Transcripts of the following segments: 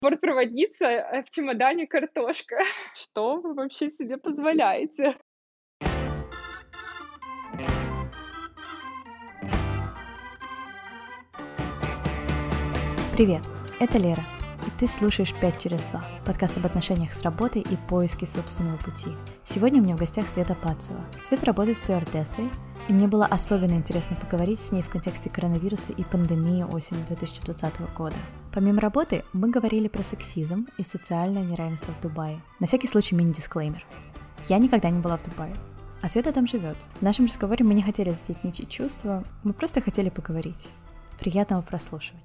Бортпроводница, в чемодане картошка. Что вы вообще себе позволяете? Привет, это Лера, и ты слушаешь «5 через 2», подкаст об отношениях с работой и поиске собственного пути. Сегодня у меня в гостях Света Пацева. Света работает стюардессой, и мне было особенно интересно поговорить с ней в контексте коронавируса и пандемии осенью 2020 года. Помимо работы, мы говорили про сексизм и социальное неравенство в Дубае. На всякий случай мини-дисклеймер. Я никогда не была в Дубае, а Света там живет. В нашем разговоре мы не хотели задеть ничьи чувства, мы просто хотели поговорить. Приятного прослушивания.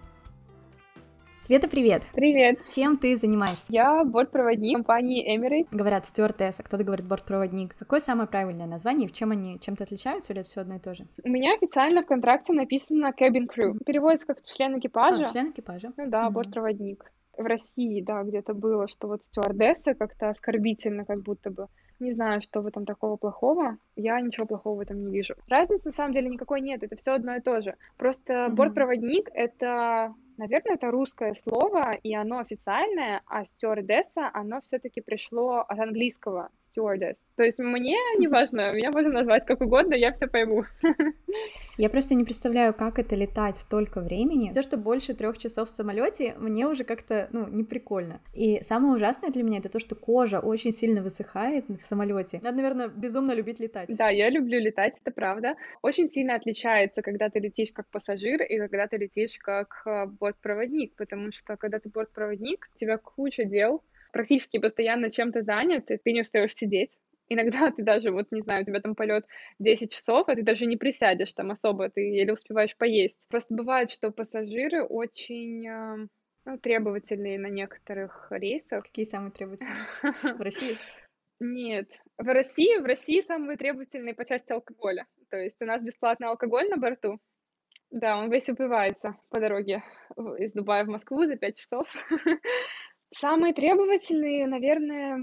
Света, привет! Привет! Чем ты занимаешься? Я бортпроводник компании Emirates. Говорят стюардесса, кто-то говорит бортпроводник. Какое самое правильное название? В чем они чем-то отличаются или это все одно и то же? У меня официально в контракте написано cabin crew. Переводится как член экипажа. Член экипажа. Ну да, бортпроводник. В России, да, где-то было, что вот стюардесса как-то оскорбительно, как будто бы. Не знаю, что в этом такого плохого. Я ничего плохого в этом не вижу. Разницы на самом деле никакой нет, это все одно и то же. Просто бортпроводник — это, наверное, это русское слово, и оно официальное, а стюардесса, оно все-таки пришло от английского stewardess. То есть мне не важно, меня можно назвать как угодно, я все пойму. Я просто не представляю, как это летать столько времени. То, что больше 3 часов в самолете, мне уже как-то, не прикольно. И самое ужасное для меня это то, что кожа очень сильно высыхает в самолете. Надо, наверное, безумно любить летать. Да, я люблю летать, это правда. Очень сильно отличается, когда ты летишь как пассажир и когда ты летишь как бортпроводник, потому что когда ты бортпроводник, у тебя куча дел, практически постоянно чем-то занят, и ты не устаешь сидеть. Иногда ты даже, вот не знаю, у тебя там полет 10 часов, а ты даже не присядешь там особо, ты еле успеваешь поесть. Просто бывает, что пассажиры очень требовательные на некоторых рейсах. Какие самые требовательные? В России? Нет, в России самые требовательные по части алкоголя. То есть у нас бесплатный алкоголь на борту. Да, он весь выпивается по дороге из Дубая в Москву за 5 часов. Самые требовательные, наверное,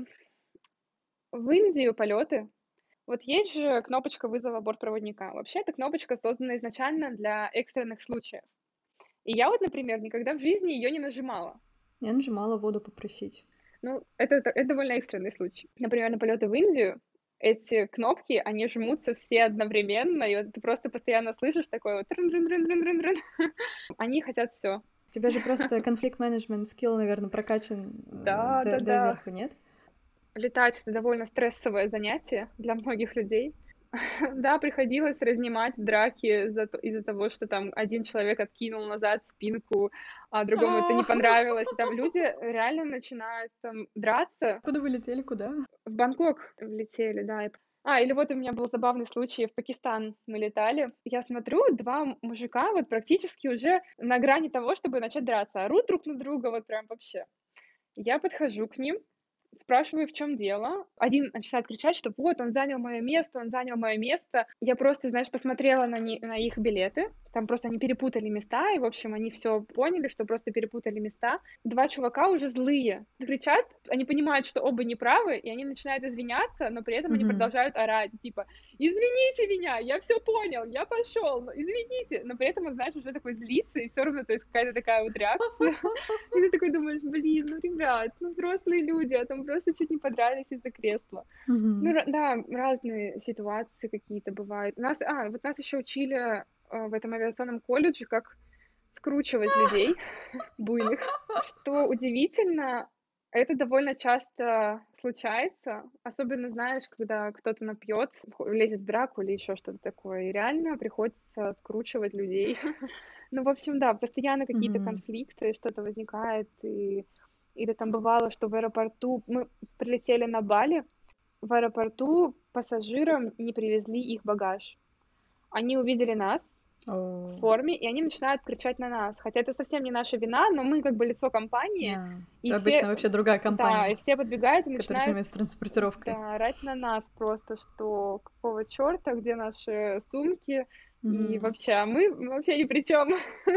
в Индию полеты. Вот есть же кнопочка вызова бортпроводника. Вообще, эта кнопочка создана изначально для экстренных случаев. И я вот, например, никогда в жизни ее не нажимала. Я нажимала воду попросить. Это довольно экстренный случай. Например, на полеты в Индию эти кнопки, они жмутся все одновременно, и вот ты просто постоянно слышишь такое вот трын-трын-трын-трын-трын. Они хотят все. У тебя же просто конфликт-менеджмент скилл, наверное, прокачан Да. до верху, нет? Летать — это довольно стрессовое занятие для многих людей. Да, приходилось разнимать драки из-за того, что там один человек откинул назад спинку, а другому это не понравилось. И там люди реально начинают там драться. Куда вы летели, куда? В Бангкок летели, да. Или вот у меня был забавный случай, в Пакистан мы летали. Я смотрю, 2 мужика вот практически уже на грани того, чтобы начать драться, орут друг на друга, вот прям вообще. Я подхожу к ним, спрашиваю, в чем дело. Один начинает кричать, что вот, он занял мое место, он занял мое место. Я просто, знаешь, посмотрела на их билеты. Там просто они перепутали места, и, в общем, они все поняли, что просто перепутали места. 2 чувака уже злые. Кричат, они понимают, что оба неправы, и они начинают извиняться, но при этом они продолжают орать, типа, извините меня, я все понял, я пошел, извините. Но при этом он, знаешь, уже такой злится, и все равно, то есть какая-то такая вот реакция. И ты такой думаешь, блин, ребят, взрослые люди, а там просто чуть не подрались из-за кресла. Да, разные ситуации какие-то бывают. Нас еще учили в этом авиационном колледже, как скручивать людей буйных. Что удивительно, это довольно часто случается, особенно, знаешь, когда кто-то напьется, лезет в драку или еще что-то такое, и реально приходится скручивать людей. В общем, да, постоянно какие-то конфликты, что-то возникает, или там бывало, что в аэропорту, мы прилетели на Бали, в аэропорту пассажирам не привезли их багаж. Они увидели нас в форме, и они начинают кричать на нас. Хотя это совсем не наша вина, но мы как бы лицо компании. И это обычно вообще другая компания. Да, и все подбегают и начинают... Которая занимается транспортировкой. Да, орать на нас просто, что какого черта, где наши сумки, и вообще, а мы вообще ни при чем.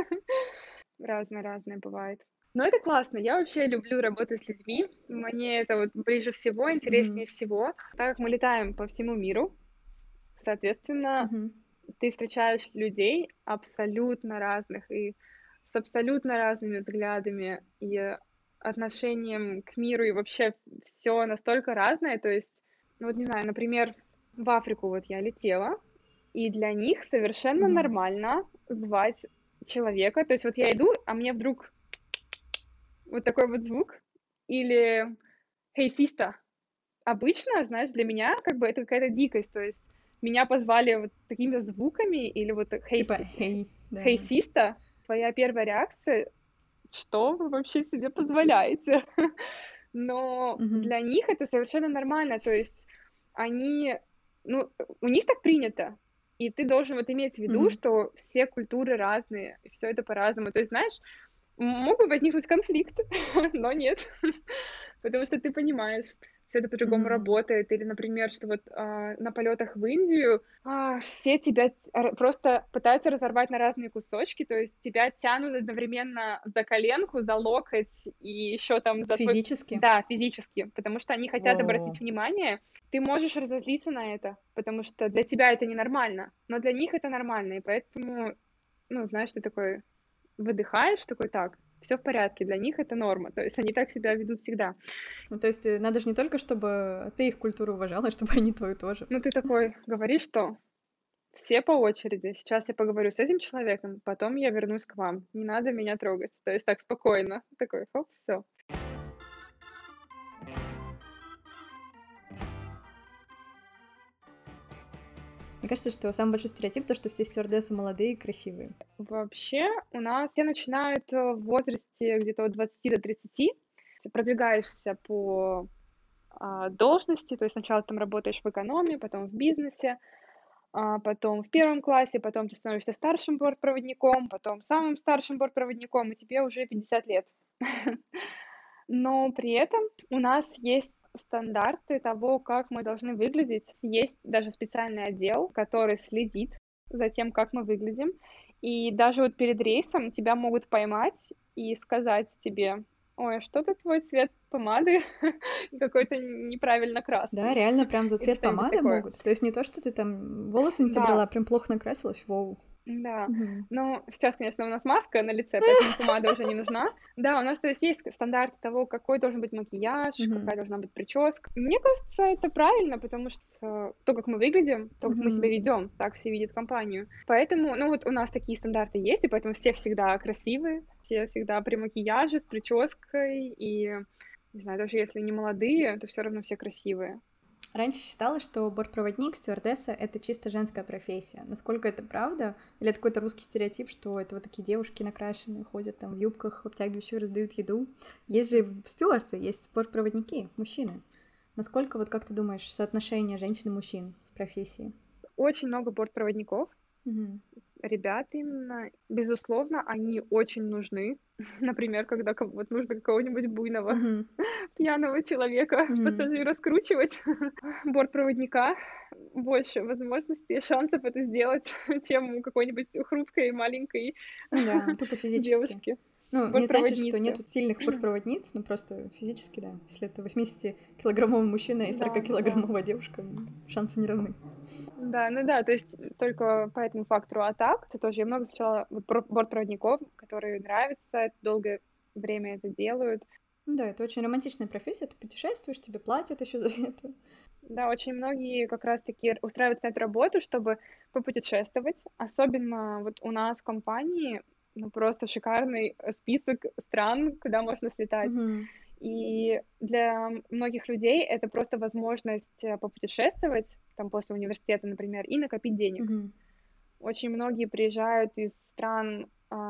Разное бывает. Но это классно, я вообще люблю работать с людьми, мне это вот ближе всего, интереснее всего. Так как мы летаем по всему миру, соответственно, ты встречаешь людей абсолютно разных и с абсолютно разными взглядами, и отношением к миру, и вообще все настолько разное. То есть, ну вот не знаю, например, в Африку вот я летела, и для них совершенно Мгм. нормально звать человека. То есть вот я иду, а мне вдруг вот такой вот звук или «Hey, sister». Обычно, знаешь, для меня как бы это какая-то дикость. То есть меня позвали вот такими звуками или вот Типа, хей, «Hey, да. sister». Твоя первая реакция: что вы вообще себе позволяете? Но Мгм. для них это совершенно нормально. То есть они, ну, у них так принято. И ты должен вот иметь в виду, Мгм. что все культуры разные, и все это по-разному. То есть, знаешь, мог бы возникнуть конфликт, но нет, потому что ты понимаешь, все это по-другому Мгм. работает. Или, например, что вот на полетах в Индию все тебя просто пытаются разорвать на разные кусочки, то есть тебя тянут одновременно за коленку, за локоть и еще там за твой... Физически? Да, физически, потому что они хотят Воу. обратить внимание. Ты можешь разозлиться на это, потому что для тебя это ненормально, но для них это нормально, и поэтому, ну, знаешь, ты такой выдыхаешь, такой, так, все в порядке, для них это норма, то есть они так себя ведут всегда. Ну, то есть надо же не только, чтобы ты их культуру уважала, чтобы они твою тоже. Ну, ты такой говоришь, что все по очереди. Сейчас я поговорю с этим человеком, потом я вернусь к вам. Не надо меня трогать. То есть так спокойно. Такой, хоп, все. Мне кажется, что самый большой стереотип то, что все стюардессы молодые и красивые. Вообще у нас все начинают в возрасте где-то от 20 до 30. Продвигаешься по должности, то есть сначала там работаешь в экономии, потом в бизнесе, потом в первом классе, потом ты становишься старшим бортпроводником, потом самым старшим бортпроводником, и тебе уже 50 лет. Но при этом у нас есть стандарты того, как мы должны выглядеть. Есть даже специальный отдел, который следит за тем, как мы выглядим. И даже вот перед рейсом тебя могут поймать и сказать тебе: ой, а что-то твой цвет помады какой-то неправильно Да, красный реально прям за или цвет что-нибудь помады такое. могут. То есть не то, что ты там волосы не собрала, Да, а прям плохо накрасилась. Воу. да, Мгм. но сейчас, конечно, у нас маска на лице, поэтому помада уже не нужна. Да, у нас, то есть стандарты того, какой должен быть макияж, Мгм. какая должна быть прическа. Мне кажется, это правильно, потому что то, как мы выглядим, то, как мы себя Мгм. ведем, так все видят компанию. Поэтому, ну вот у нас такие стандарты есть, и поэтому все всегда красивые, все всегда при макияже, с прической, и, не знаю, даже если не молодые, то все равно все красивые. Раньше считала, что бортпроводник, стюардесса — это чисто женская профессия. Насколько это правда? Или это какой-то русский стереотип, что это вот такие девушки накрашенные, ходят там в юбках, обтягивающих, раздают еду? Есть же стюарды, есть бортпроводники, мужчины. Насколько, вот как ты думаешь, соотношение женщин и мужчин в профессии? Очень много бортпроводников, Мгм. ребят именно. Безусловно, они очень нужны. Например, когда вот нужно какого-нибудь буйного, Мгм. пьяного человека, Мгм. пассажира скручивать, бортпроводника больше возможностей и шансов это сделать, чем у какой-нибудь хрупкой маленькой Ну да, тупо физически. девушки, Ну, не значит, что бортпроводницы. нету сильных бортпроводниц, но просто физически, да. Если это 80-килограммовый мужчина и Да, да, да. 40-килограммовая девушка, шансы не равны. Да, ну да, то есть только по этому фактору. А так, это тоже я много встречала вот бортпроводников, которые нравятся, долгое время это делают. Ну да, это очень романтичная профессия, ты путешествуешь, тебе платят еще за это. Да, очень многие как раз-таки устраиваются на эту работу, чтобы попутешествовать. Особенно вот у нас в компании, ну, просто шикарный список стран, куда можно слетать. Мгм. И для многих людей это просто возможность попутешествовать, там, после университета, например, и накопить денег. Мгм. Очень многие приезжают из стран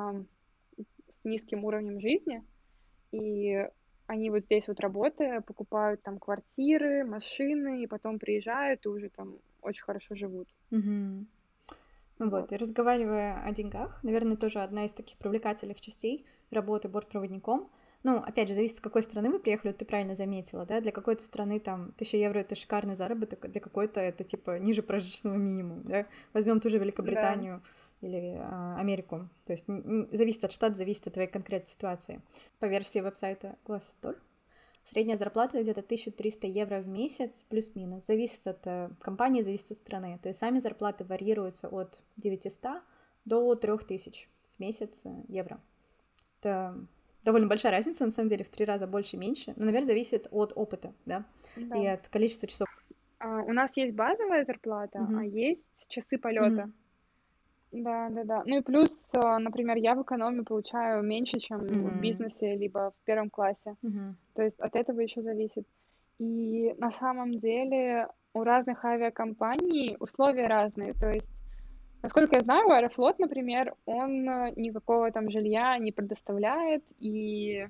с низким уровнем жизни, и они вот здесь вот работая, покупают там квартиры, машины, и потом приезжают и уже там очень хорошо живут. Мгм. Ну Вот. вот, и разговаривая о деньгах, наверное, тоже одна из таких привлекательных частей работы бортпроводником. Ну, опять же, зависит, с какой страны вы приехали, вот ты правильно заметила, да, для какой-то страны там 1000 евро — это шикарный заработок, а для какой-то это типа ниже прожиточного минимума, да. Возьмем ту же Да. Великобританию или Америку, то есть зависит от штата, зависит от твоей конкретной ситуации. По версии веб-сайта Glassdoor средняя зарплата где-то 1300 евро в месяц, плюс-минус. Зависит от компании, зависит от страны. То есть сами зарплаты варьируются от 900 до 3000 в месяц евро. Это довольно большая разница, на самом деле, в 3 раза больше-меньше. Но, наверное, зависит от опыта, да, и Да. от количества часов. У нас есть базовая зарплата, а Мгм. есть часы Мгм. полета. Да, да, да. Ну и плюс, например, я в экономе получаю меньше, чем в Мгм. бизнесе, либо в первом классе. Мгм. То есть от этого еще зависит. И на самом деле у разных авиакомпаний условия разные. То есть, насколько я знаю, Аэрофлот, например, он никакого там жилья не предоставляет, и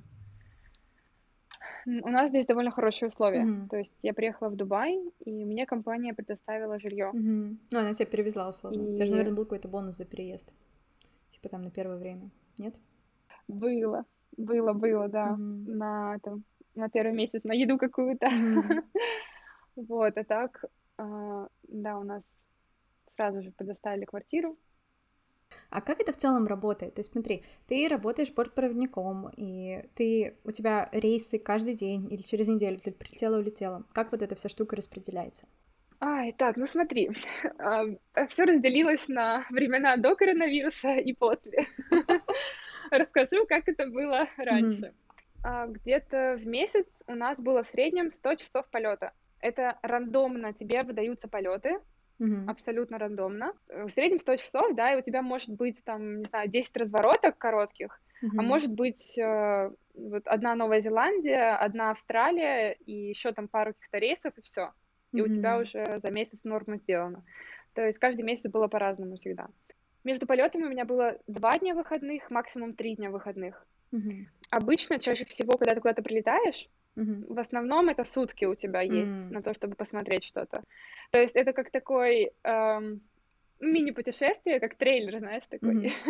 у нас здесь довольно хорошие условия. Мгм. То есть я приехала в Дубай, и мне компания предоставила жилье. Мгм. Ну, она тебя перевезла, условно. У тебя же, И наверное, был какой-то бонус за переезд. Типа там на первое время. Нет? было, было, да, Мгм. на первый месяц на еду какую-то. Мгм. Вот, а так, да, у нас сразу же предоставили квартиру. А как это в целом работает? То есть смотри, ты работаешь бортпроводником, и у тебя рейсы каждый день или через неделю, ты прилетела-улетела. Как вот эта вся штука распределяется? Ай, так, ну смотри, все разделилось на времена до коронавируса и после. Расскажу, как это было Мгм. раньше. Где-то в месяц у нас было в среднем 100 часов полета. Это рандомно тебе выдаются полеты, Мгм. абсолютно рандомно. В среднем 100 часов, да, и у тебя может быть там, не знаю, 10 развороток коротких, а Мгм. может быть вот одна Новая Зеландия, одна Австралия и еще там пару каких-то рейсов, и все. И у тебя Мгм. уже за месяц норма сделана. То есть каждый месяц было по-разному всегда. Между полетами у меня было 2 дня выходных, максимум 3 дня выходных. Мгм. Обычно, чаще всего, когда ты куда-то прилетаешь, Мгм. в основном это сутки у тебя есть М. на то, чтобы посмотреть что-то. То есть это как такой мини-путешествие, как трейлер, знаешь, такой. Мгм.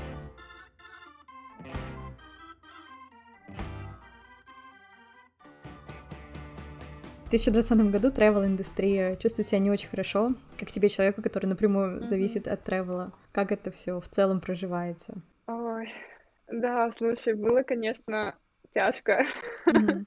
В 2020 году travel-индустрия чувствует себя не очень хорошо. Как тебе, человеку, который напрямую Мгм. зависит от тревела? Как это все в целом проживается? Ой, да, слушай, было, конечно, тяжко. Мгм.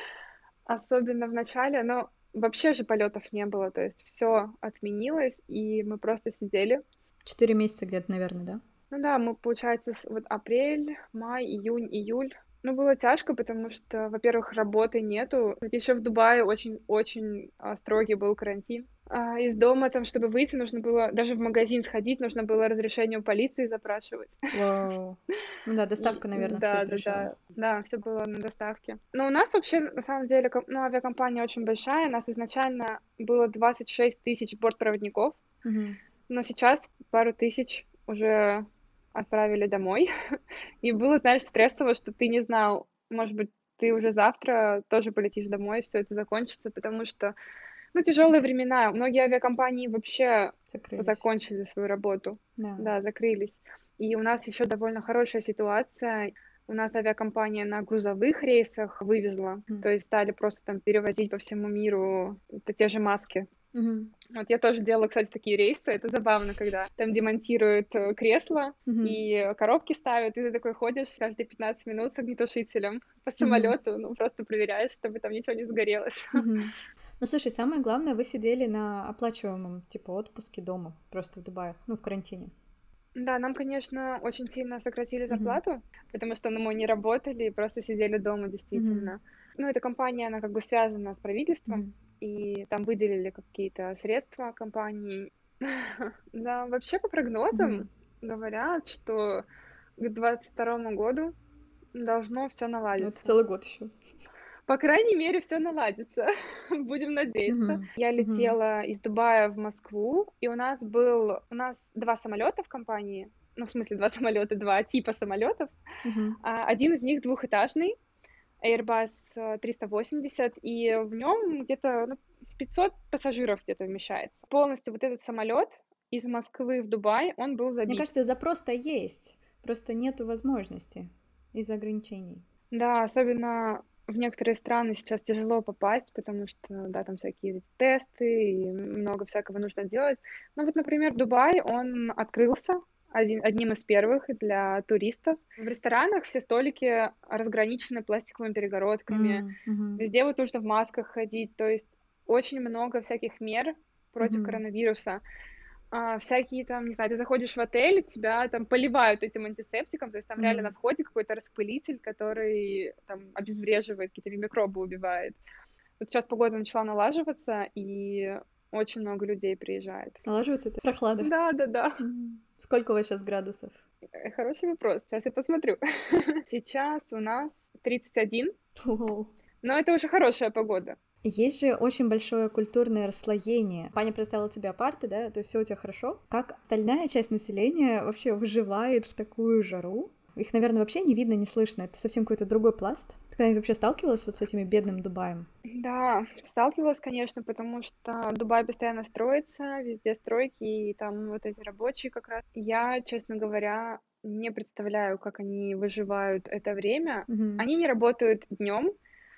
Особенно в начале, но вообще же полетов не было, то есть все отменилось, и мы просто сидели. 4 месяца где-то, наверное, да? Ну да, мы, получается, вот апрель, май, июнь, июль. Ну, было тяжко, потому что, во-первых, работы нету. Еще в Дубае очень-очень строгий был карантин. Из дома, там, чтобы выйти, нужно было, даже в магазин сходить, нужно было разрешение у полиции запрашивать. Вау. Ну да, И доставка, наверное, все да, это да, решала. да, да, все было на доставке. Но у нас вообще, на самом деле, ну, авиакомпания очень большая. У нас изначально было 26 тысяч бортпроводников, Мгм. но сейчас пару тысяч уже отправили домой. И было, знаешь, стрессово, что ты не знал, может быть, ты уже завтра тоже полетишь домой, все это закончится, потому что, ну, тяжелые времена. Многие авиакомпании вообще Закрылись. закончили свою работу, Да. да, закрылись. И у нас еще довольно хорошая ситуация. У нас авиакомпания на грузовых рейсах вывезла, М. то есть стали просто там перевозить по всему миру это те же маски. Мгм. Вот я тоже делала, кстати, такие рейсы. Это забавно, когда там демонтируют кресло Мгм. и коробки ставят, и ты такой ходишь каждые 15 минут с огнетушителем по Мгм. самолету, ну, просто проверяешь, чтобы там ничего не сгорелось. Мгм. Ну, слушай, самое главное, вы сидели на оплачиваемом, типа, отпуске дома, просто в Дубае, ну, в карантине. Да, нам, конечно, очень сильно сократили Мгм. зарплату, потому что ну, мы не работали и просто сидели дома, Мгм. действительно. Ну, эта компания, она как бы связана с правительством, Мгм. и там выделили какие-то средства компании. Да, вообще по Мгм. прогнозам говорят, что к 22 году должно все Ну, это наладиться. целый год еще. По крайней мере, все наладится. Будем надеяться. Мгм. Я Мгм. летела из Дубая в Москву, и у нас 2 самолета в компании. Ну, в смысле, 2 самолета, 2 типа самолетов. Мгм. Один из них двухэтажный, Airbus 380, и в нем где-то, ну, 500 пассажиров где-то вмещается. Полностью вот этот самолет из Москвы в Дубай, он был Мне забит. кажется, запрос-то есть, просто нету возможности из-за ограничений. Да, особенно в некоторые страны сейчас тяжело попасть, потому что, да, там всякие эти тесты и много всякого нужно делать. Ну вот, например, Дубай, он открылся одним из первых для туристов. В ресторанах все столики разграничены пластиковыми перегородками. Мгм. Везде вот нужно в масках ходить. То есть очень много всяких мер против Мгм. коронавируса. всякие там, не знаю, ты заходишь в отель, тебя там поливают этим антисептиком, то есть там реально на входе какой-то распылитель, который там обезвреживает, какие-то микробы убивает. Вот сейчас погода начала налаживаться, и очень много людей приезжает. Налаживается это прохлада? Да. Сколько у вас сейчас градусов? Хороший вопрос, сейчас я посмотрю. Сейчас у нас 31, Вау. но это уже хорошая погода. Есть же очень большое культурное расслоение. Паня представила тебе апарты, да, то есть все у тебя хорошо. Как остальная часть населения вообще выживает в такую жару? Их, наверное, вообще не видно, не слышно. Это совсем какой-то другой пласт. Ты когда-нибудь вообще сталкивалась вот с этим бедным Дубаем? Да, сталкивалась, конечно, потому что Дубай постоянно строится, везде стройки, и там вот эти рабочие как раз. Я, честно говоря, не представляю, как они выживают это время. Они не работают днем,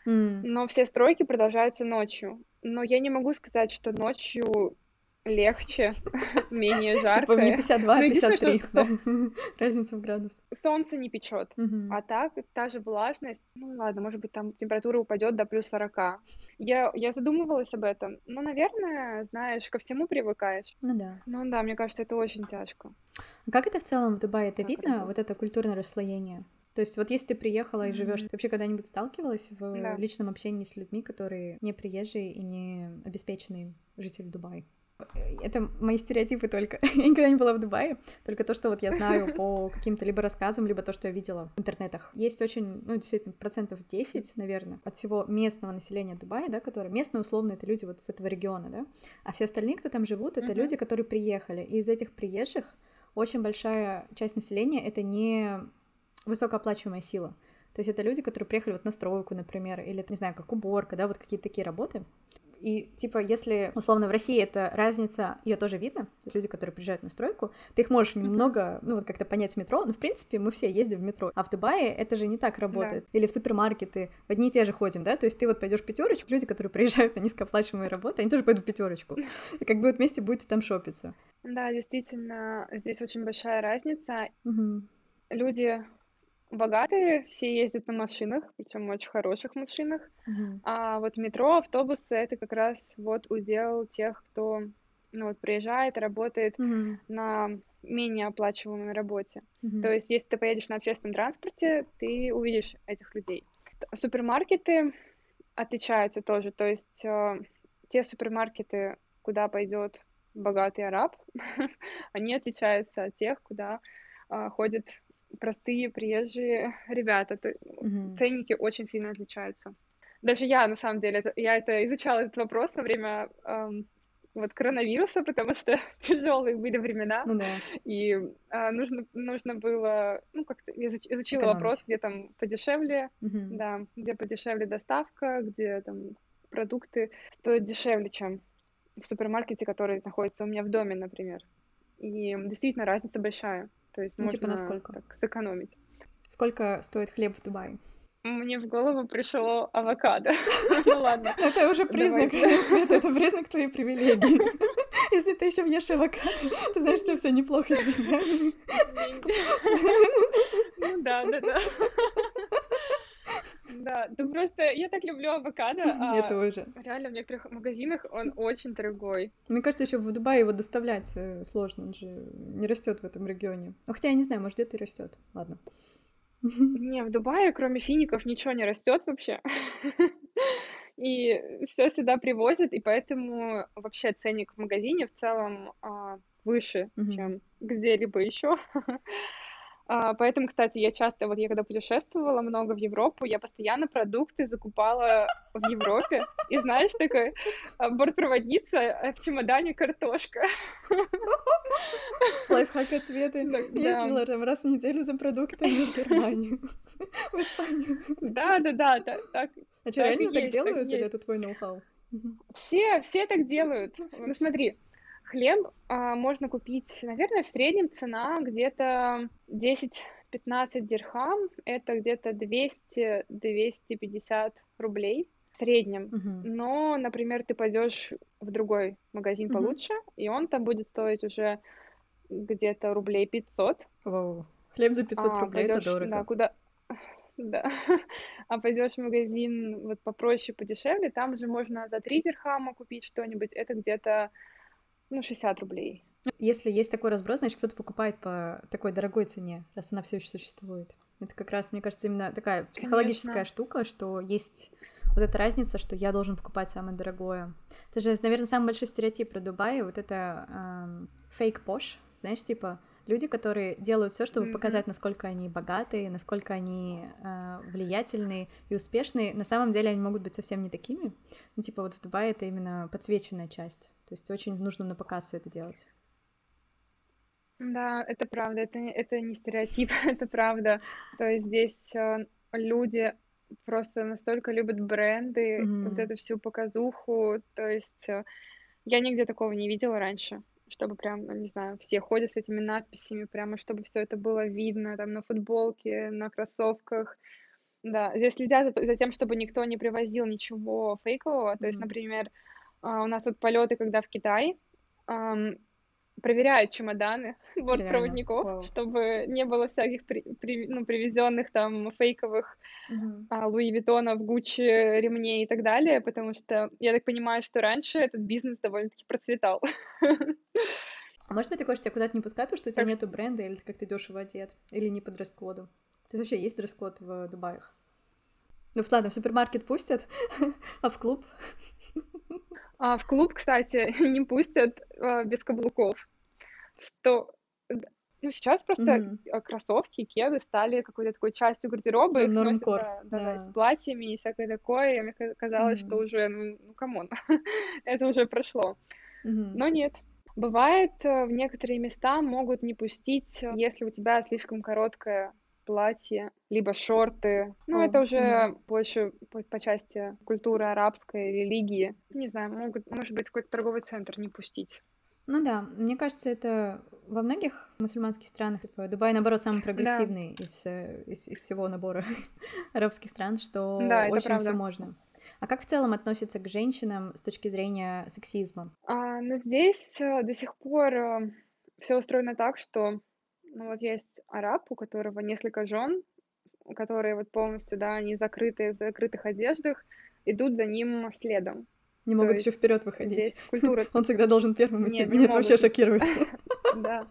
но все стройки продолжаются ночью. Но я не могу сказать, что ночью легче, менее жарко. Типа не 52, а 53, да? Разница в градусах. Солнце не печет, а так та же влажность, ну ладно, может быть, там температура упадет до плюс 40. Я задумывалась об этом, но, наверное, знаешь, ко всему привыкаешь. Ну да. Ну да, мне кажется, это очень тяжко. А как это в целом в Дубае? Это Так видно, работает. вот это культурное расслоение? То есть вот если ты приехала и живешь, ты вообще когда-нибудь сталкивалась в личном общении с людьми, которые не приезжие и не обеспеченные жители Дубая? Это мои стереотипы только. Я никогда не была в Дубае, только то, что вот я знаю по каким-то либо рассказам, либо то, что я видела в интернетах. Есть очень, ну, действительно, 10%, наверное, от всего местного населения Дубая, да, которые местные, условно, это люди вот с этого региона, да, а все остальные, кто там живут, это люди, которые приехали. И из этих приезжих очень большая часть населения — это не высокооплачиваемая сила. То есть это люди, которые приехали вот на стройку, например, или, не знаю, как уборка, да, вот какие-то такие работы. И, типа, если, условно, в России эта разница, ее тоже видно, люди, которые приезжают на стройку, ты их можешь немного, ну, вот как-то понять в метро, но, в принципе, мы все ездим в метро, а в Дубае это же не так работает. Или в супермаркеты в одни и те же ходим, да, то есть ты вот пойдешь в пятерочку, люди, которые приезжают на низкооплачиваемые работы, они тоже пойдут в пятерочку, и как бы вот вместе будете там шопиться. Да, действительно, здесь очень большая разница. Люди богатые, все ездят на машинах, причем очень хороших машинах. А вот метро, автобусы — это как раз вот удел тех, кто, ну, вот приезжает, работает на менее оплачиваемой работе. То есть, если ты поедешь на общественном транспорте, ты увидишь этих людей. Супермаркеты отличаются тоже. То есть, те супермаркеты, куда пойдет богатый араб, они отличаются от тех, куда ходят простые приезжие ребята. Ценники очень сильно отличаются. Даже я, на самом деле, я изучала этот вопрос во время вот коронавируса, потому что тяжелые были времена, и нужно было, ну, как-то изучила вопрос, где там подешевле, да, где подешевле доставка, где там продукты стоят дешевле, чем в супермаркете, который находится у меня в доме, например. И действительно разница большая. То есть ну, можно типа насколько? Так сэкономить. Сколько стоит хлеб в Дубае? Мне в голову пришло авокадо. Ну ладно. Это уже признак, Света, это признак твоей привилегии. Если ты еще ешь авокадо, ты знаешь, что все неплохо с деньгами. Ну да. Да, ну просто я так люблю авокадо, Я тоже. Реально в некоторых магазинах он очень дорогой. Мне кажется, еще в Дубае его доставлять сложно, он же не растет в этом регионе. Ну, хотя я не знаю, может, где-то и растет. Ладно. Не, в Дубае, кроме фиников, ничего не растет вообще. И все сюда привозят, и поэтому вообще ценник в магазине в целом выше, чем где-либо еще. Поэтому, кстати, я часто, вот я когда путешествовала много в Европу, я постоянно продукты закупала в Европе. И знаешь, такой бортпроводница в чемодане картошка. Лайфхак от Светы. Ездила там раз в неделю за продуктами в Германию, в Испанию. Да. Так, а что, реально так делают, или это твой ноу-хау? Все так делают. Ну смотри, хлеб можно купить, наверное, в среднем цена где-то 10-15 дирхам, это где-то 200-250 рублей в среднем. Но, например, ты пойдешь в другой магазин получше, и он там будет стоить уже где-то рублей 500. Вау. Хлеб за 500 рублей, это дорого. Да. А пойдешь в магазин вот попроще, подешевле, там же можно за 3 дирхама купить что-нибудь, это где-то, 60 рублей. Если есть такой разброс, значит, кто-то покупает по такой дорогой цене, раз она все еще существует. Это как раз, мне кажется, именно такая психологическая Конечно. штука, что есть вот эта разница, что я должен покупать самое дорогое. Это же, наверное, самый большой стереотип про Дубай, вот это fake posh, знаешь, типа люди, которые делают все, чтобы показать, насколько они богатые, насколько они влиятельные и успешные. На самом деле они могут быть совсем не такими. Ну, типа вот в Дубае это именно подсвеченная часть. То есть очень нужно на показ все это делать. Да, это правда, это не стереотип, это правда. То есть здесь люди просто настолько любят бренды, вот Мгм. эту всю показуху. То есть я нигде такого не видела раньше, чтобы прям, ну, не знаю, все ходят с этими надписями, прямо чтобы все это было видно, там на футболке, на кроссовках. Да, здесь следят за тем, чтобы никто не привозил ничего фейкового. То есть, Мгм. например, у нас вот полеты, когда в Китай, проверяют чемоданы Реально. бортпроводников, Вау. чтобы не было всяких ну, привезенных там фейковых Мгм. Луи Виттонов, Гуччи, ремней и так далее, потому что я так понимаю, что раньше этот бизнес довольно-таки процветал. А может быть такое, что тебя куда-то не пускают, потому что у тебя Так что, нету бренда, или ты как-то дешево одет, или не по дресс-коду? То есть вообще есть дресс-код в Дубаях? Ну, ладно, в супермаркет пустят, а в клуб? в клуб, кстати, не пустят без каблуков, что ну, сейчас просто Мгм. кроссовки, кеды стали какой-то такой частью гардероба, Ну, их носят, нормкор, да-да, с да. платьями и всякое такое, и мне казалось, что Мгм. уже, ну камон, это уже прошло. Мгм. Но нет. Бывает, в некоторые места могут не пустить, если у тебя слишком короткое платье, либо шорты. Ну, О, это мгм. уже больше по части культуры арабской, религии. Не знаю, может быть, какой-то торговый центр не пустить. Ну да, мне кажется, это во многих мусульманских странах, типа Дубай, наоборот, самый Да, прогрессивный из всего набора арабских стран, что да, это очень все правда. можно. А как в целом относятся к женщинам с точки зрения сексизма? Но здесь до сих пор все устроено так, что ну, вот есть араб, у которого несколько жен, которые вот полностью, да, они закрыты в закрытых одеждах, идут за ним следом. Не То могут еще есть вперед выходить. здесь культура... Он всегда должен первым идти. Нет, не Меня это вообще могут. шокирует. Да.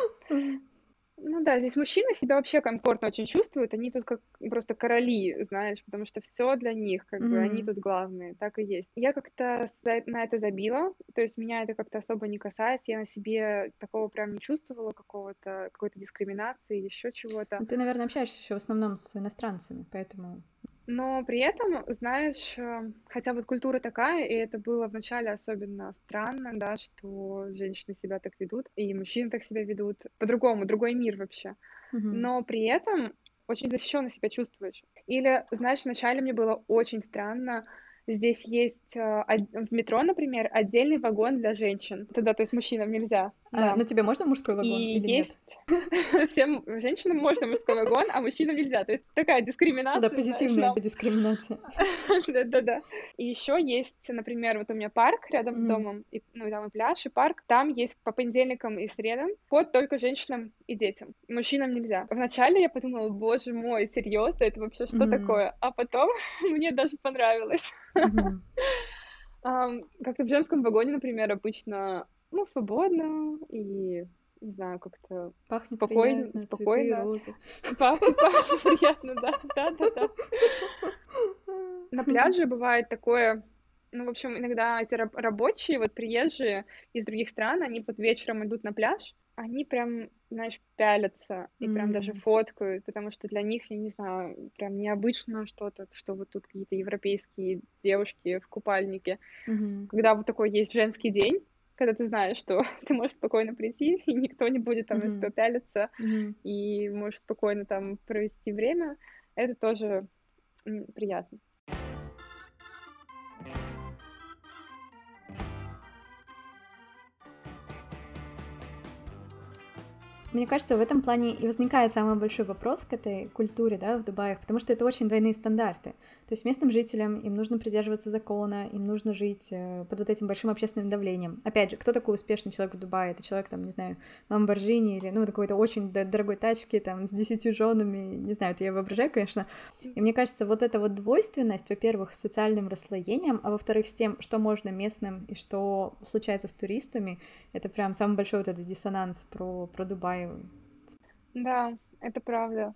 Ну да, здесь мужчины себя вообще комфортно очень чувствуют, они тут как просто короли, знаешь, потому что все для них, как бы, они Мгм. тут главные, так и есть. Я как-то на это забила, то есть меня это как-то особо не касается, я на себе такого прям не чувствовала, какой-то дискриминации, еще чего-то. Ну, ты, наверное, общаешься еще в основном с иностранцами, поэтому... Но при этом, знаешь, хотя вот культура такая, и это было вначале особенно странно, да, что женщины себя так ведут, и мужчины так себя ведут, по-другому, другой мир вообще. Мгм. Но при этом очень защищенно себя чувствуешь. Или, знаешь, вначале мне было очень странно, здесь есть в метро, например, отдельный вагон для женщин. Туда, то есть мужчинам нельзя, да. Ну, тебе можно мужской И вагон или нет? есть всем женщинам можно мужской вагон, а мужчинам нельзя. То есть такая Да, дискриминация, знаешь, позитивная нам. дискриминация. Да-да-да. И еще есть, например, вот у меня парк рядом с Мгм. домом, ну, и там и пляж, и парк. Там есть по понедельникам и средам вход только женщинам и детям. Мужчинам нельзя. Вначале я подумала, боже мой, серьезно, это вообще что Мгм. такое? А потом мне даже понравилось. Мгм. Как-то в женском вагоне, например, обычно, ну, свободно и, не знаю, как-то Пахнет спокойно, приятно, цветы, спокойно. розы. Пахнет приятно, да, да-да-да. На пляже бывает такое, ну, в общем, иногда эти рабочие, вот приезжие из других стран, они вот вечером идут на пляж, они прям, знаешь, пялятся и прям даже М. фоткают, потому что для них, я не знаю, прям необычно что-то, что вот тут какие-то европейские девушки в купальнике. Мгм. Когда вот такой есть женский день, когда ты знаешь, что ты можешь спокойно прийти, и никто не будет там на тебя Мгм. пялиться, Мгм. и можешь спокойно там провести время, это тоже приятно. Мне кажется, в этом плане и возникает самый большой вопрос к этой культуре, да, в Дубае, потому что это очень двойные стандарты. То есть местным жителям им нужно придерживаться закона, им нужно жить под вот этим большим общественным давлением. Опять же, кто такой успешный человек в Дубае? Это человек, там, не знаю, на Lamborghini или, ну, какой-то очень дорогой тачке, там, с 10 женами, не знаю, это я воображаю, конечно. И мне кажется, вот эта вот двойственность, во-первых, с социальным расслоением, а во-вторых, с тем, что можно местным и что случается с туристами, это прям самый большой вот этот диссонанс про Дубай. Да, это правда.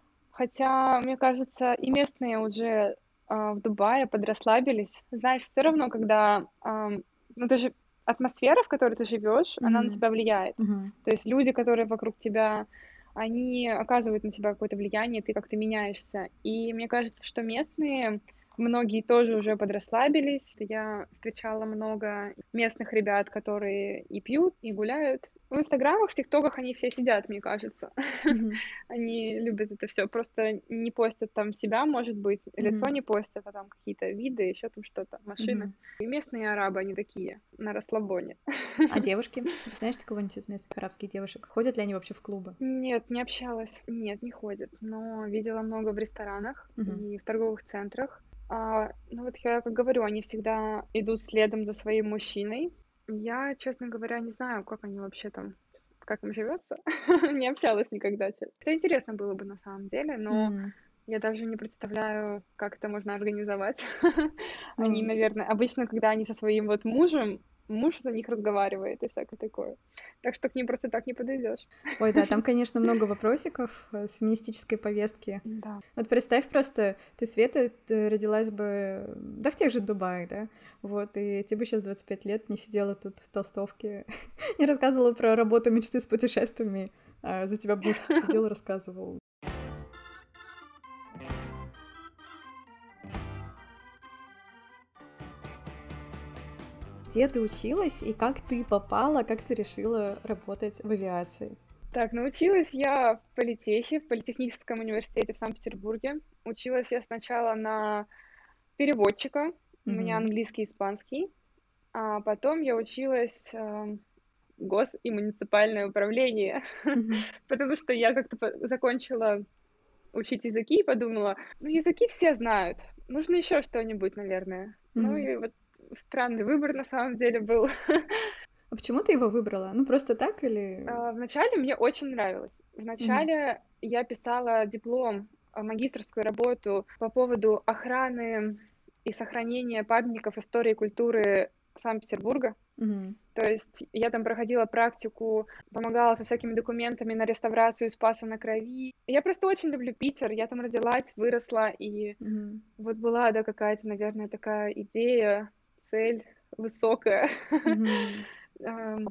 Хотя, мне кажется, и местные уже в Дубае подрасслабились. Знаешь, все равно, когда, ну, ты же атмосфера, в которой ты живешь, она на Мгм. тебя влияет. Мгм. То есть люди, которые вокруг тебя, они оказывают на тебя какое-то влияние, ты как-то меняешься. И мне кажется, что местные, многие тоже уже подрасслабились. Я встречала много местных ребят, которые и пьют, и гуляют. В инстаграмах, в тиктоках они все сидят, мне кажется. Мгм. Они любят это все, просто не постят там себя, может быть, лицо Мгм. не постят, а там какие-то виды, еще там что-то, машины. Мгм. И местные арабы, они такие, на расслабоне. А девушки? Знаешь ты кого-нибудь из местных арабских девушек? Ходят ли они вообще в клубы? Нет, не общалась. Нет, не ходят. Но видела много в ресторанах Мгм. и в торговых центрах. Ну вот я как говорю, они всегда идут следом за своим мужчиной. Я, честно говоря, не знаю, как они вообще там, как им живется. Не общалась никогда. Это интересно было бы на самом деле, но М. я даже не представляю, как это можно организовать. Они, Ну, наверное, обычно, когда они со своим вот мужем, муж за них разговаривает и всякое такое. Так что к ним просто так не подойдешь. ой, да, там, конечно, много вопросиков с феминистической повестки. Да. Вот представь просто, ты, Света, ты родилась бы, да, в тех же Дубае, да, вот, и тебе бы сейчас 25 лет, не сидела тут в толстовке, не рассказывала про работу мечты с путешествиями, а за тебя муж тут сидел и рассказывал. Где ты училась и как ты попала, как ты решила работать в авиации? Так, научилась я в политехе, в Политехническом университете в Санкт-Петербурге. Училась я сначала на переводчика, у меня Мгм. английский и испанский, а потом я училась гос- и муниципальное управление, Мгм. потому что я как-то закончила учить языки и подумала, ну, языки все знают, нужно еще что-нибудь, наверное. Ну Мгм. и вот странный выбор на самом деле был. А почему ты его выбрала? Ну, просто так или... Вначале мне очень нравилось. Мгм. Вначале я писала диплом, магистерскую работу по поводу охраны и сохранения памятников истории и культуры Санкт-Петербурга. Мгм. То есть я там проходила практику, помогала со всякими документами на реставрацию Спаса на Крови. Я просто очень люблю Питер, я там родилась, выросла, и Мгм. вот была, да, какая-то, наверное, такая идея, цель высокая. Мгм. Ам,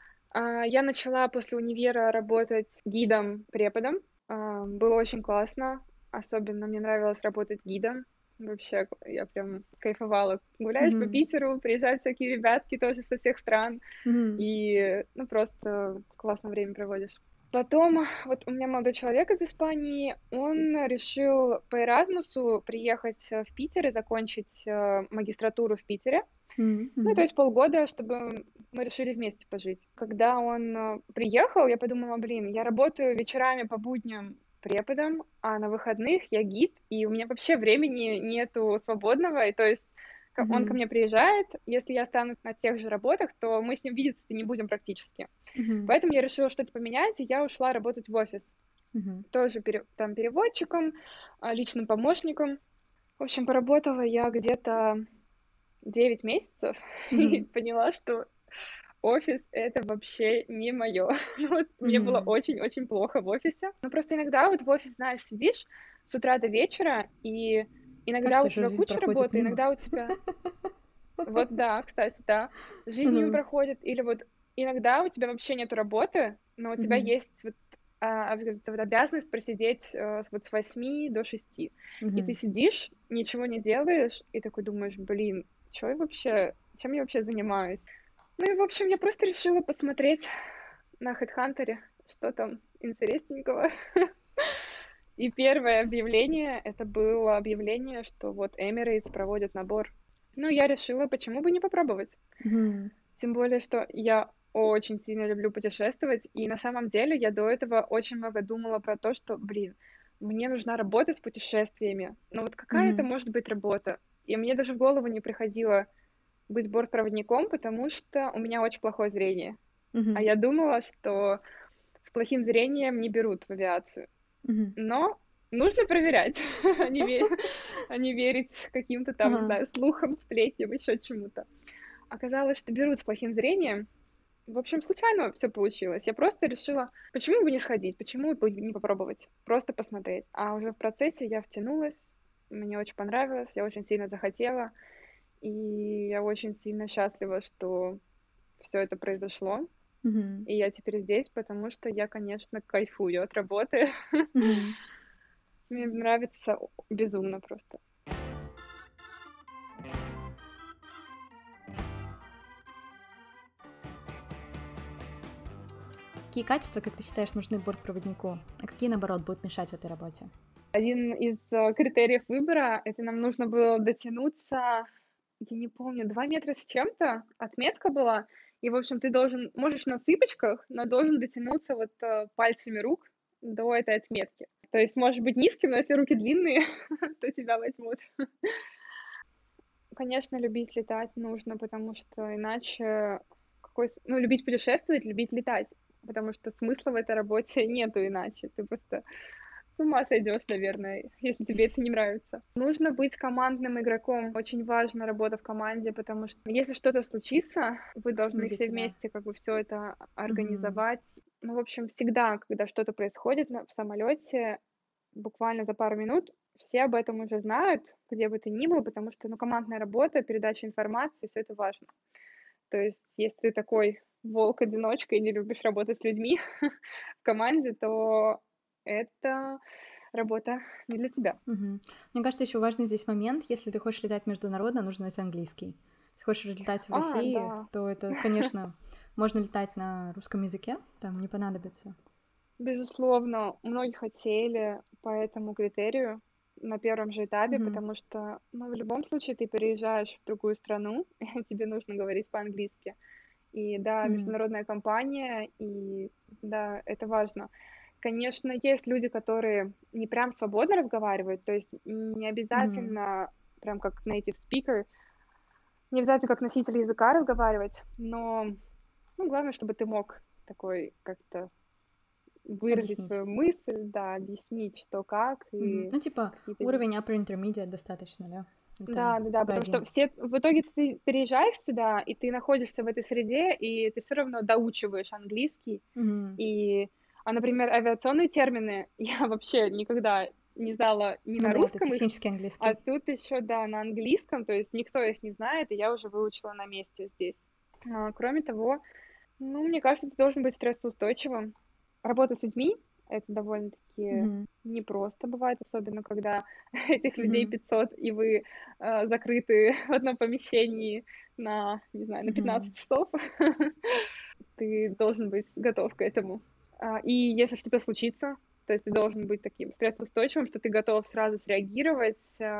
Я начала после универа работать гидом-преподом. Было очень классно, особенно мне нравилось работать гидом. Вообще, я прям кайфовала. Гуляешь по Мгм. Питеру, приезжают всякие ребятки тоже со всех стран, Мгм. и, ну, просто классно время проводишь. Потом, вот у меня молодой человек из Испании, он решил по Эразмусу приехать в Питер и закончить магистратуру в Питере. Мгм. Ну, то Мгм. есть полгода, чтобы мы решили вместе пожить. Когда он приехал, я подумала, блин, я работаю вечерами по будням преподом, а на выходных я гид, и у меня вообще времени нету свободного, и то есть он ко Мгм. мне приезжает, если я останусь на тех же работах, то мы с ним видеться-то не будем практически. Мгм. Поэтому я решила что-то поменять, и я ушла работать в офис. Мгм. Тоже там переводчиком, личным помощником. В общем, поработала я где-то 9 месяцев и Мгм. поняла, что офис — это вообще не мое. Вот мне было Мгм. очень-очень плохо в офисе. Ну, просто иногда вот в офис, знаешь, сидишь с утра до вечера, и иногда у Кажется, что тебя жизнь куча проходит работы, мимо. иногда у тебя... Вот да, кстати, да. Жизнь мимо Мгм. проходит. Или вот иногда у тебя вообще нет работы, но у тебя Мгм. есть вот вот обязанность просидеть вот с 8 до 6. И ты Мгм. сидишь, ничего не делаешь, и такой думаешь, блин, что я вообще, чем я вообще занимаюсь? Ну и, в общем, я просто решила посмотреть на HeadHunter, что там интересненького. И первое объявление, это было объявление, что вот Emirates проводит набор. Ну, я решила, почему бы не попробовать. Мгм. Тем более, что я очень сильно люблю путешествовать, и на самом деле я до этого очень много думала про то, что, блин, мне нужна работа с путешествиями. Но вот какая это Мгм. может быть работа? И мне даже в голову не приходило быть бортпроводником, потому что у меня очень плохое зрение. А Мгм. я думала, что с плохим зрением не берут в авиацию. Мгм. Но нужно проверять, а не верить каким-то там, не Ага. знаю, слухам, сплетням, еще чему-то. Оказалось, что берут с плохим зрением. В общем, случайно все получилось. Я просто решила, почему бы не сходить, почему бы не попробовать, просто посмотреть. А уже в процессе я втянулась, мне очень понравилось, я очень сильно захотела, и я очень сильно счастлива, что все это произошло. Мгм. И я теперь здесь, потому что я, конечно, кайфую от работы. Мгм. Мне нравится безумно просто. Какие качества, как ты считаешь, нужны бортпроводнику, а какие, наоборот, будут мешать в этой работе? Один из критериев выбора, это нам нужно было дотянуться, я не помню, 2 метра с чем-то, отметка была. И, в общем, ты можешь на цыпочках, но должен дотянуться вот пальцами рук до этой отметки. То есть можешь быть низким, но если руки длинные, то тебя возьмут. Конечно, любить летать нужно, потому что иначе ну, любить путешествовать, любить летать, потому что смысла в этой работе нету иначе. Ты просто с ума сойдешь, наверное, если тебе это не нравится. Нужно быть командным игроком. Очень важна работа в команде, потому что если что-то случится, вы должны Для все тебя. вместе как бы все это Мгм. организовать. Ну, в общем, всегда, когда что-то происходит в самолете, буквально за пару минут все об этом уже знают, где бы ты ни был, потому что, ну, командная работа, передача информации, все это важно. То есть, если ты такой волк-одиночка и не любишь работать с людьми в команде, то это работа не для тебя. Мгм. Мне кажется, еще важный здесь момент, если ты хочешь летать международно, нужно знать английский. Если хочешь летать в России, Да, то это, конечно, можно летать на русском языке, там не понадобится. безусловно, многие хотели по этому критерию на первом же этапе, Мгм. потому что, ну, в любом случае ты переезжаешь в другую страну, тебе нужно говорить по-английски. И да, Мгм. международная компания, и да, это важно. Конечно, есть люди, которые не прям свободно разговаривают, то есть не Мгм. обязательно прям как native speaker, не обязательно как носитель языка разговаривать, но ну, главное, чтобы ты мог такой как-то выразить Объяснить. свою мысль, да, объяснить, что как, Мгм. и Ну, типа, какие-то вещи. уровень upper intermediate достаточно, да? Это Да, да, да, потому что B1. все в итоге ты переезжаешь сюда, и ты находишься в этой среде, и ты все равно доучиваешь английский. Мгм. И, например, авиационные термины я вообще никогда не знала ни Ну на да, это русском их, технический а английский. тут еще, да, на английском, то есть никто их не знает, и я уже выучила на месте здесь. Кроме того, ну, мне кажется, ты должен быть стрессоустойчивым. Работа с людьми — это довольно-таки Мгм. непросто бывает, особенно когда этих людей Мгм. 500, и вы закрыты в одном помещении на, не знаю, на Мгм. 15 часов. Ты должен быть готов к этому. И если что-то случится, то есть ты должен быть таким стрессоустойчивым, что ты готов сразу среагировать,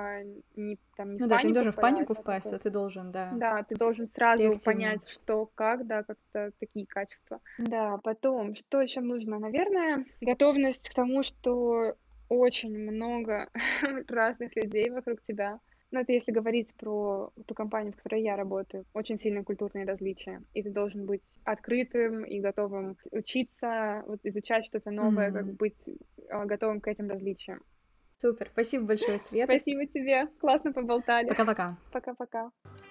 не в Ну да, ты не панику должен в впадать, панику а впасть, такой. а ты должен, да, Да, ты должен сразу реактивно. понять, что, как, да, как-то такие качества. Да, потом, что еще нужно? Наверное, готовность к тому, что очень много разных людей вокруг тебя. Ну, это если говорить про ту компанию, в которой я работаю, очень сильные культурные различия. И ты должен быть открытым и готовым учиться, вот, изучать что-то новое, как Мгм. быть готовым к этим различиям. Супер, спасибо большое, Света. Спасибо тебе, классно поболтали. Пока-пока. Пока-пока.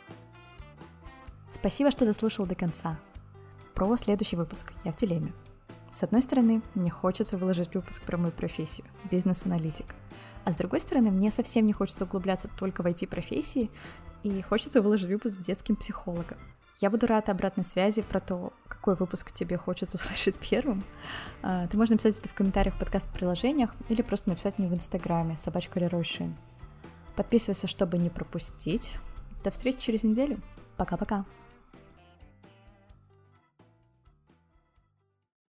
Спасибо, что дослушал до конца. Про следующий выпуск я в дилемме. С одной стороны, мне хочется выложить выпуск про мою профессию – бизнес-аналитик. А с другой стороны, мне совсем не хочется углубляться только в IT-профессии, и хочется выложить выпуск с детским психологом. Я буду рада обратной связи про то, какой выпуск тебе хочется услышать первым. Ты можешь написать это в комментариях в подкаст-приложениях или просто написать мне в Инстаграме @LeroyShin. Подписывайся, чтобы не пропустить. До встречи через неделю. Пока-пока.